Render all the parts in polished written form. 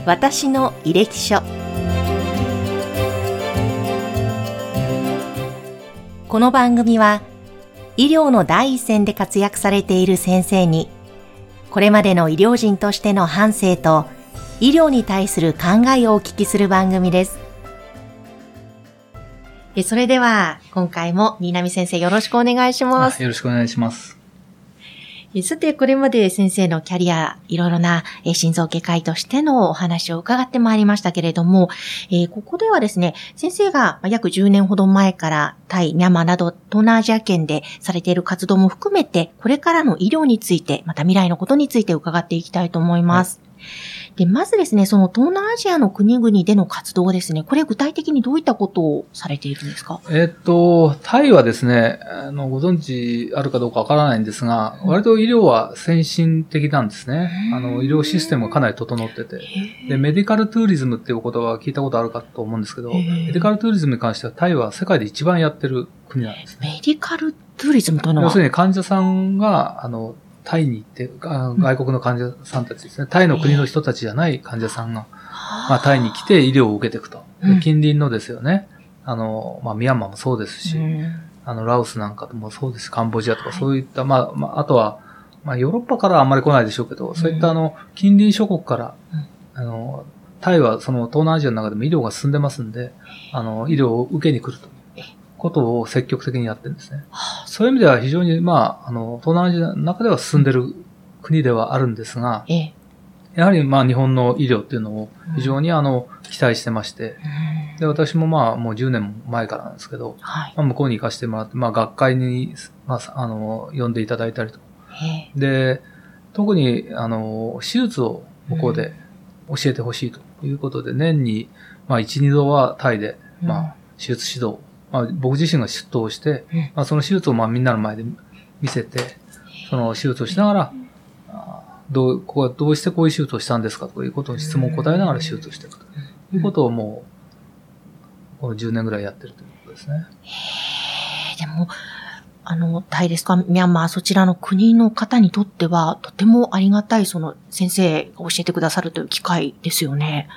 私の履歴書。この番組は医療の第一線で活躍されている先生にこれまでの医療人としての半生と医療に対する考えをお聞きする番組です。それでは今回も新浪先生よろしくお願いします。 よろしくお願いします。 さてこれまで先生のキャリアいろいろな心臓外科医としてのお話を伺ってまいりましたけれども、ここではですね先生が約10年ほど前からタイ、ミャンマーなど東南アジア圏でされている活動も含めてこれからの医療についてまた未来のことについて伺っていきたいと思います。でまずですね、その東南アジアの国々での活動ですね、これ具体的にどういったことをされているんですか？ タイはですね、ご存知あるかどうかわからないんですが、割と医療は先進的なんですね。医療システムがかなり整ってて。で、メディカルトゥーリズムっていう言葉は聞いたことあるかと思うんですけど、メディカルトゥーリズムに関してはタイは世界で一番やってる国なんですね。 メディカルトゥーリズムというのは要するに患者さんが、タイに行って、外国の患者さんたちですね、タイの国の人たちじゃない患者さんが、タイに来て医療を受けていくと。近隣のですよね。ミャンマーもそうですし、ラオスなんかもそうですし、カンボジアとかそういった、あとは、ヨーロッパからはあんまり来ないでしょうけど、そういった近隣諸国から、タイはその東南アジアの中でも医療が進んでますんで、医療を受けに来ると。ことを積極的にやってるんですね。そういう意味では非常に、東南アジアの中では進んでる国ではあるんですが、やはり日本の医療っていうのを非常に期待してまして、で、私ももう10年前からなんですけど、向こうに行かせてもらって、学会に、呼んでいただいたりと。で、特に、手術を向こうで教えてほしいということで、年に、1、2度はタイで、手術指導、僕自身が出頭して、その手術をみんなの前で見せて、その手術をしながら、どうしてこういう手術をしたんですかということを質問を答えながら手術をしていくということをもう、この10年ぐらいやってるということですね。 でも、タイですか、ミャンマー、そちらの国の方にとっては、とてもありがたい、その先生が教えてくださるという機会ですよね。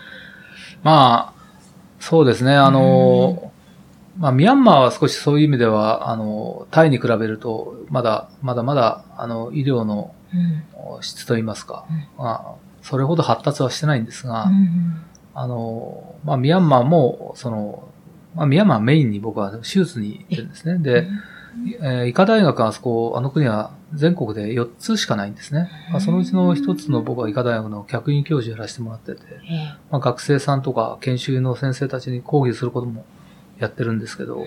そうですね、ミャンマーは少しそういう意味では、タイに比べると、まだまだ、医療の質といいますか、それほど発達はしてないんですが、ミャンマーも、ミャンマーメインに僕は手術に行ってるんですね。で、医科大学はあの国は全国で4つしかないんですね。そのうちの1つの僕は医科大学の客員教授をやらせてもらってて、学生さんとか研修の先生たちに講義することもやってるんですけど、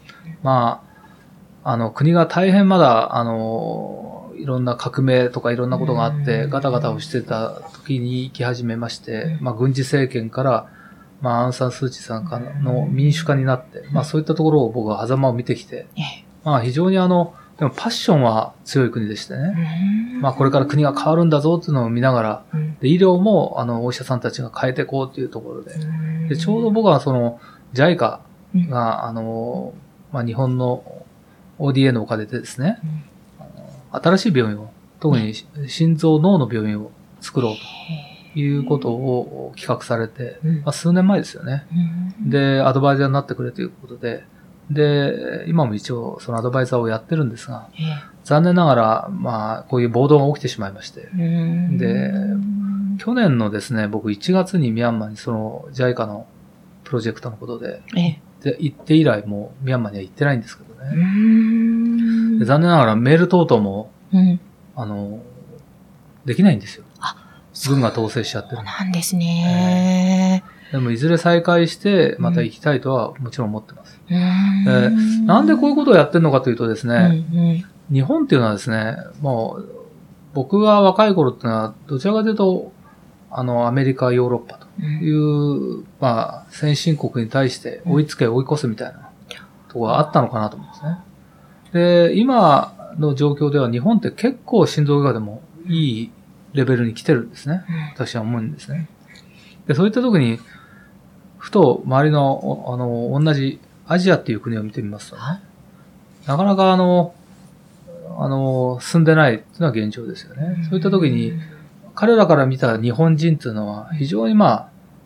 国が大変まだ、いろんな革命とかいろんなことがあって、ガタガタをしてた時に行き始めまして、軍事政権から、アンサンスーチーさんの民主化になって、そういったところを僕は狭間を見てきて、非常にでもパッションは強い国でしてね、これから国が変わるんだぞっていうのを見ながら、で医療もお医者さんたちが変えていこうっていうところで、ちょうど僕はJICA が、日本の ODA のおかげでですね、新しい病院を、特に心臓脳の病院を作ろうということを企画されて、数年前ですよね。で、アドバイザーになってくれということで、今も一応そのアドバイザーをやってるんですが、残念ながら、こういう暴動が起きてしまいまして、で、去年のですね、僕1月にミャンマーにJICA のプロジェクトのことで、行って以来もうミャンマーには行ってないんですけどね。で残念ながらメール等々も、できないんですよ。軍が統制しちゃってる。 そうなんですね。 でもいずれ再開してまた行きたいとはもちろん思ってます。なんでこういうことをやってるのかというとですね、日本っていうのはですね、もう僕が若い頃っていうのはどちらかというとアメリカ、ヨーロッパという、先進国に対して追いつけ追い越すみたいなところがあったのかなと思うんですね。で、今の状況では日本って結構心臓外科でもいいレベルに来てるんですね。私は思うんですね。で、そういった時に、ふと周りの、同じアジアっていう国を見てみますとね、なかなか進んでないっていうのは現状ですよね。そういった時に、彼らから見た日本人っていうのは非常に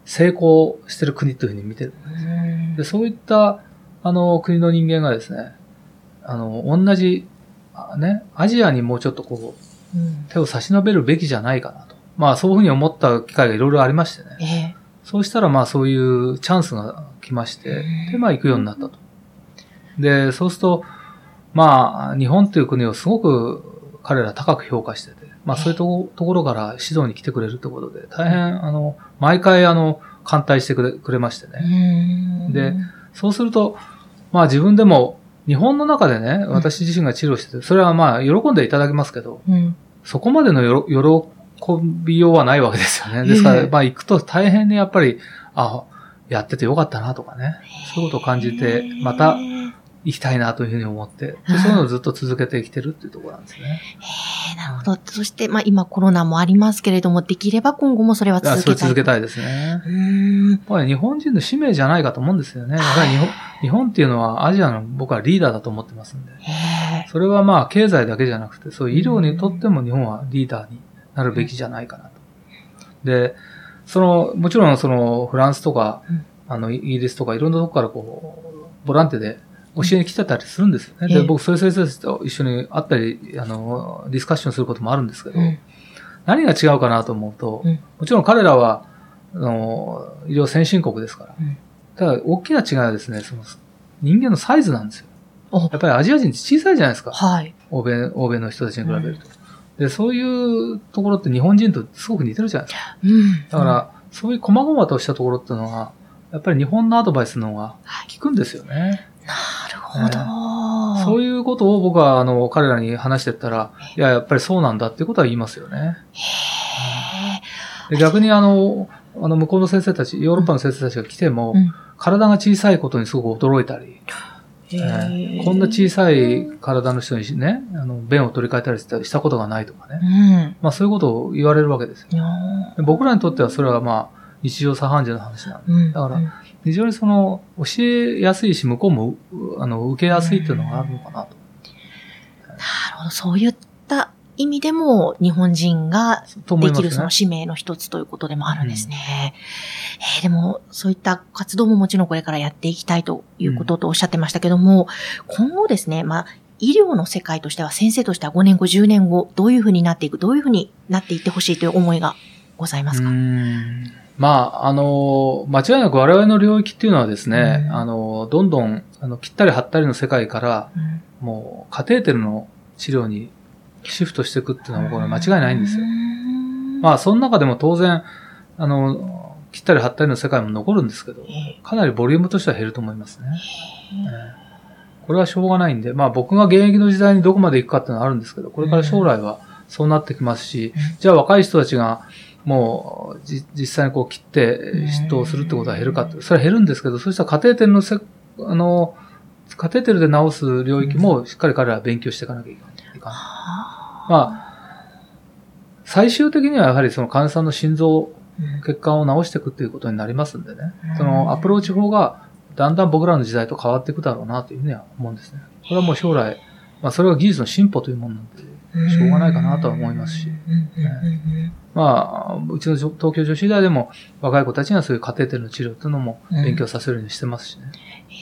成功してる国というふうに見てる。で、そういった、国の人間がですね、同じ、ね、アジアにもうちょっとこう、手を差し伸べるべきじゃないかなと。まあ、そういうふうに思った機会がいろいろありましてね。そうしたら、まあ、そういうチャンスが来まして、で、まあ、行くようになったと。で、そうすると、まあ、日本という国をすごく彼ら高く評価してて、まあ、そういうところから指導に来てくれるということで、大変、毎回、歓待してくれましてね。で、そうすると、まあ、自分でも、日本の中でね、私自身が治療してて、それはまあ、喜んでいただきますけど、そこまでの喜びようはないわけですよね。ですから、まあ、行くと大変にやっぱり、やっててよかったなとかね、そういうことを感じて、また行きたいなというふうに思って、でそういうのをずっと続けてきてるっていうところなんですね。 なるほど。そして、まあ今コロナもありますけれども、できれば今後もそれは続けたい。 それ続けたいですね。やっぱり日本人の使命じゃないかと思うんですよね。やっぱり日本っていうのはアジアの僕はリーダーだと思ってますんで。それはまあ経済だけじゃなくて、そういう医療にとっても日本はリーダーになるべきじゃないかなと。で、もちろんフランスとか、イギリスとかいろんなとこからこう、ボランティアで教えに来てたりするんですよね。で、僕、そういう先生と一緒に会ったり、ディスカッションすることもあるんですけど、何が違うかなと思うと、もちろん彼らは、医療先進国ですから。ただ、大きな違いはですね、人間のサイズなんですよ。やっぱりアジア人って小さいじゃないですか。 はい。 欧米の人たちに比べると。で、そういうところって日本人とすごく似てるじゃないですか。だから、そういう細々としたところっていうのは、やっぱり日本のアドバイスの方が効くんですよね。 なるほど。 そういうことを僕は彼らに話してったら、いや、やっぱりそうなんだっていうことは言いますよね。で逆に向こうの先生たち、ヨーロッパの先生たちが来ても、体が小さいことにすごく驚いたり、こんな小さい体の人にね、便を取り替えたりしたことがないとかね。まあそういうことを言われるわけですよ。僕らにとってはそれはまあ日常茶飯事の話なんで。だから、非常に教えやすいし、向こうも、受けやすいっていうのがあるのかなと。 なるほど。そういった意味でも、日本人ができるその使命の一つということでもあるんですね。でも、そういった活動ももちろんこれからやっていきたいということとおっしゃってましたけども、今後ですね、まあ、医療の世界としては、先生としては5年後、10年後、どういうふうになっていく、どういうふうになっていってほしいという思いがございますか？ まあ、間違いなく我々の領域っていうのはですね、どんどん、切ったり貼ったりの世界から、もう、カテーテルの治療にシフトしていくっていうのは、これ間違いないんですよ。まあ、その中でも当然、切ったり貼ったりの世界も残るんですけど、かなりボリュームとしては減ると思いますね。これはしょうがないんで、まあ僕が現役の時代にどこまで行くかっていうのはあるんですけど、これから将来はそうなってきますし、じゃあ若い人たちが、もう、実際にこう切って執刀するってことは減るかって、それは減るんですけど、そうしたらカテーテルカテーテルで治す領域もしっかり彼らは勉強していかなきゃいけない。まあ、最終的にはやはりその患者さんの心臓、血管を治していくっていうことになりますんでね。そのアプローチ法がだんだん僕らの時代と変わっていくだろうなというふうには思うんですね。これはもう将来、まあそれは技術の進歩というものなんで、しょうがないかなとは思いますし。まあ、うちの東京女子医大でも若い子たちにはそういうカテーテルの治療っていうのも勉強させるようにしてますしね。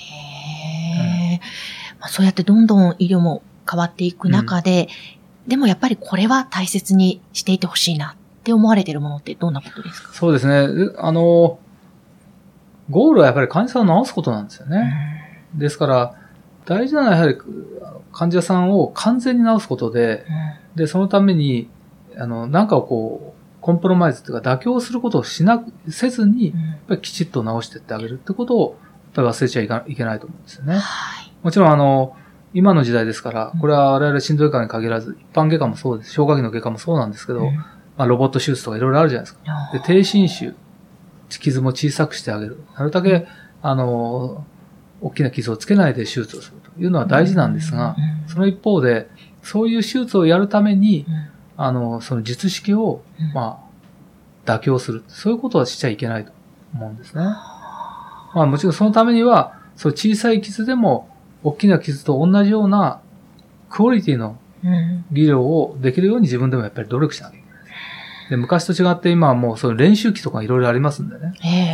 まあ、そうやってどんどん医療も変わっていく中で、でもやっぱりこれは大切にしていてほしいなって思われているものってどんなことですか？ そうですね。ゴールはやっぱり患者さんを治すことなんですよね。ですから、大事なのはやはり患者さんを完全に治すことで、で、そのために、なんかをこう、コンプロマイズというか妥協することをせずに、やっぱりきちっと治していってあげるってことを、やっぱり忘れちゃいけないと思うんですよね。もちろん今の時代ですから、これは我々心臓外科に限らず、一般外科もそうです、消化器の外科もそうなんですけど、まあロボット手術とかいろいろあるじゃないですか。で、低侵襲、傷も小さくしてあげる。なるだけ、大きな傷をつけないで手術をするというのは大事なんですが、その一方で、そういう手術をやるために、その術式を、まあ、妥協する。そういうことはしちゃいけないと思うんですね。まあもちろんそのためには、そう小さい傷でも、大きな傷と同じようなクオリティの技量をできるように自分でもやっぱり努力しなきゃいけない。で、昔と違って今はもうそういう練習機とかいろいろありますんでね。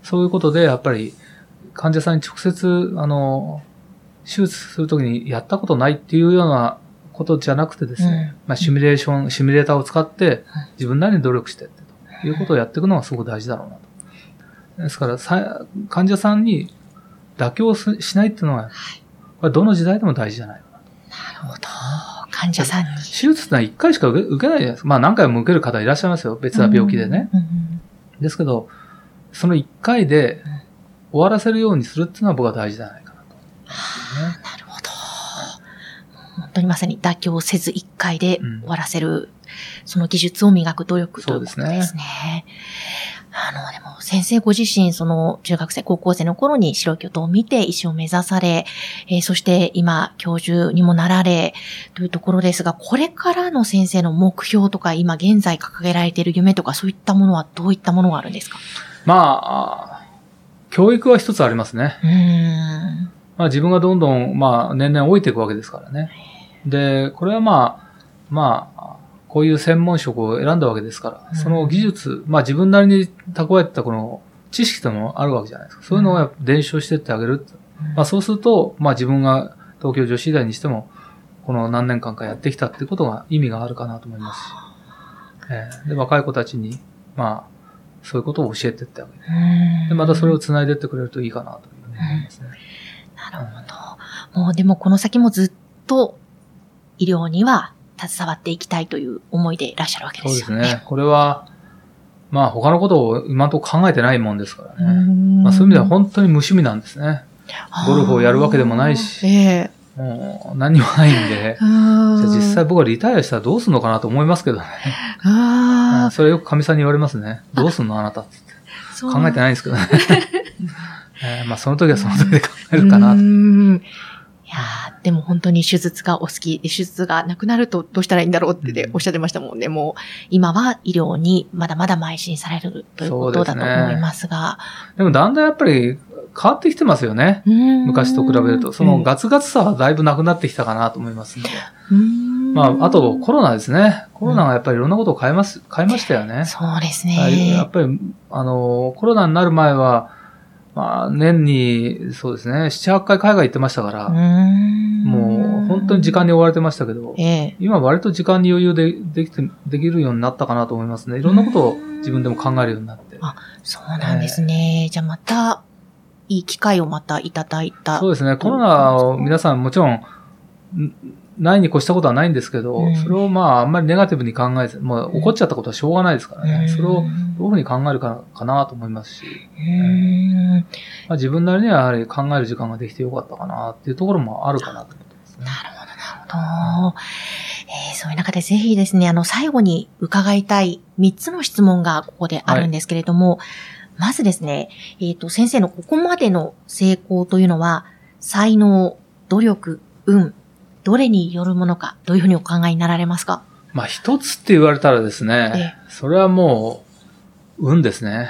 そういうことで、やっぱり患者さんに直接、手術するときにやったことないっていうようなことじゃなくてですね、シミュレーターを使って自分なりに努力してってということをやっていくのがすごく大事だろうなと。ですから、患者さんに妥協しないっていうのは、これどの時代でも大事じゃないかなと。 なるほど。患者さんに。 手術ってのは1回しか受けないじゃないですか。まあ何回も受ける方いらっしゃいますよ。別な病気でね。ですけど、その1回で終わらせるようにするっていうのは僕は大事じゃないかなと、 なるほど。本当にまさに妥協せず1回で終わらせる、その技術を磨く努力ということですね。でも先生ご自身、その中学生、高校生の頃に白い巨塔を見て医師を目指され、そして今教授にもなられというところですが、これからの先生の目標とか今現在掲げられている夢とかそういったものはどういったものがあるんですか？ まあ、教育は一つありますね。まあ自分がどんどん、年々老いていくわけですからね。で、これはまあ、こういう専門職を選んだわけですから、その技術、自分なりに蓄えたこの知識というのもあるわけじゃないですか。そういうのを伝承していってあげる。そうすると、自分が東京女子医大にしても、この何年間かやってきたっていうことが意味があるかなと思いますし。で、若い子たちに、そういうことを教えていってあげる。で、またそれを繋いでいってくれるといいかなと思いますね。 なるほど。もうでもこの先もずっと医療には携わっていきたいという思いでいらっしゃるわけですよね。 そうですね。これは、他のことを今のところ考えてないもんですからね。そういう意味では本当に無趣味なんですね。ゴルフをやるわけでもないし、もう何にもないんで、じゃあ実際僕はリタイアしたらどうするのかなと思いますけどね。それよくかみさんに言われますね。どうすんのあなたって。考えてないんですけどね。その時はその時で考えるかなと。 いやでも本当に手術がお好きで、手術がなくなるとどうしたらいいんだろうっておっしゃってましたもんね。もう今は医療にまだまだ邁進されるということだと思いますが。 でもだんだんやっぱり変わってきてますよね。昔と比べると。そのガツガツさはだいぶなくなってきたかなと思いますので。あとコロナですね。コロナがやっぱりいろんなことを変えましたよね。 そうですね。 やっぱり、コロナになる前は、年に、そうですね、7、8回海外行ってましたから、もう本当に時間に追われてましたけど、今割と時間に余裕でできるようになったかなと思いますね。いろんなことを自分でも考えるようになって。 そうなんですね。じゃあまた、いい機会をまたいただいた。 そうですね、コロナを皆さんもちろん、ないに越したことはないんですけど、それをあんまりネガティブに考えず、起こっちゃったことはしょうがないですからね。それをどういうふうに考えるかなと思いますし、自分なりにはやはり考える時間ができてよかったかなっていうところもあるかなと思ってますね。 なるほど。そういう中でぜひですね、最後に伺いたい3つの質問がここであるんですけれども、まずですね、先生のここまでの成功というのは、才能、努力、運、どれによるものか、どういうふうにお考えになられますか？ 一つって言われたらですね、それはもう、運ですね。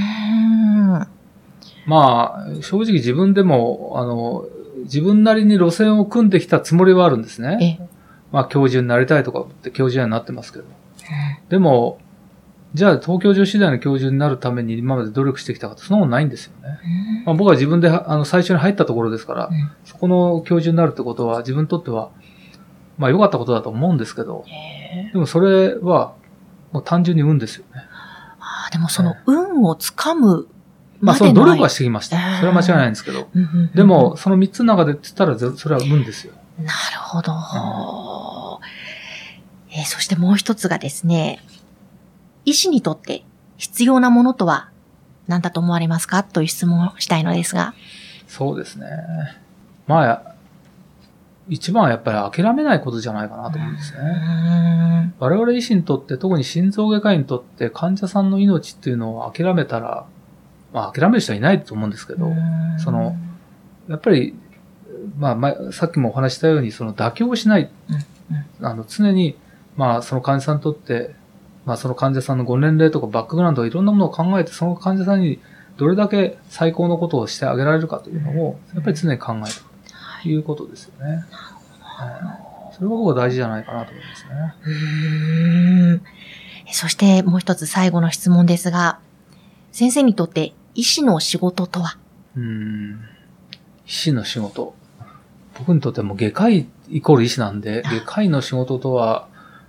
正直自分でも、自分なりに路線を組んできたつもりはあるんですね。教授になりたいとかって教授にはなってますけど。でも、じゃあ東京女子大の教授になるために今まで努力してきたかってそんなことないんですよね。僕は自分で最初に入ったところですから、そこの教授になるってことは自分にとっては良かったことだと思うんですけど、でもそれはもう単純に運ですよね。 でもその運をつかむその努力はしてきました。それは間違いないんですけど、でもその3つの中でって言ったらそれは運ですよ。 なるほど。そしてもう一つがですね、医師にとって必要なものとは何だと思われますかという質問をしたいのですが。 そうですね。一番はやっぱり諦めないことじゃないかなと思うんですね。我々医師にとって、特に心臓外科医にとって患者さんの命っていうのを諦めたら、諦める人はいないと思うんですけど、やっぱり、さっきもお話したように、妥協しない。常に、その患者さんにとって、その患者さんのご年齢とかバックグラウンドいろんなものを考えて、その患者さんにどれだけ最高のことをしてあげられるかというのを、やっぱり常に考えるということですよね。それが僕は大事じゃないかなと思いますね。 そしてもう一つ最後の質問ですが、先生にとって医師の仕事とは？ 医師の仕事。僕にとっても外科医イコール医師なんで、外科医の仕事とは、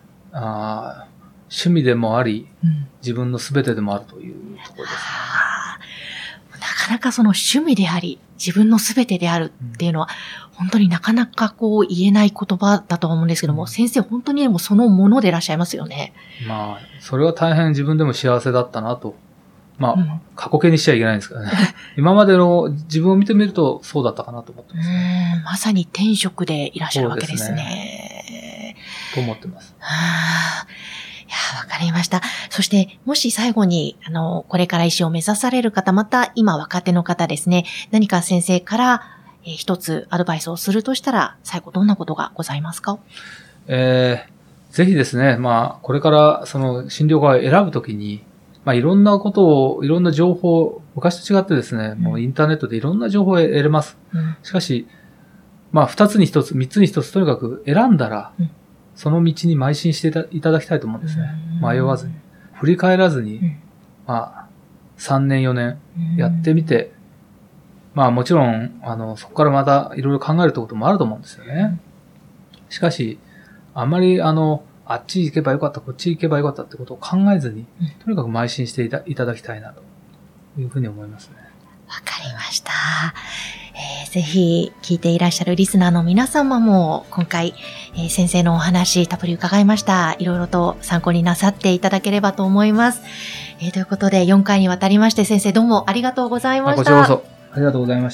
趣味でもあり、自分の全てでもあるというところですね。 なかなかその趣味であり、自分の全てであるっていうのは、本当になかなかこう言えない言葉だと思うんですけども、先生本当にもうそのものでいらっしゃいますよね。 まあ、それは大変自分でも幸せだったなと。まあ、過去形にしちゃいけないんですけどね。今までの自分を見てみるとそうだったかなと思ってますね。 まさに天職でいらっしゃるわけですね。 と思ってます。 いや、わかりました。そして、もし最後に、これから医師を目指される方、また今若手の方ですね、何か先生から、一つアドバイスをするとしたら、最後どんなことがございますか？ ぜひですね、まあ、これからその診療科を選ぶときに、まあ、いろんなことを、いろんな情報、昔と違ってですね、もうインターネットでいろんな情報を得れます。しかし、まあ、二つに一つ、三つに一つ、とにかく選んだら、その道に邁進していただきたいと思うんですね。迷わずに。振り返らずに、まあ、3年4年やってみて、まあもちろん、そこからまたいろいろ考えることもあると思うんですよね。しかし、あんまりあっち行けばよかった、こっち行けばよかったってことを考えずに、とにかく邁進していただきたいなというふうに思いますね。 わかりました。ぜひ聞いていらっしゃるリスナーの皆様も今回、先生のお話たっぷり伺いました。いろいろと参考になさっていただければと思います。ということで4回にわたりまして先生どうもありがとうございました。 こちらこそありがとうございました。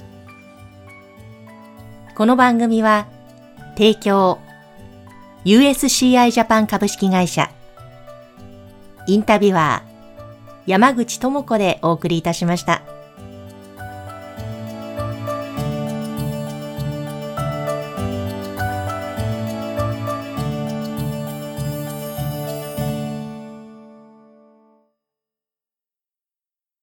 この番組は提供 USCI ジャパン株式会社インタビュアー山口智子でお送りいたしました。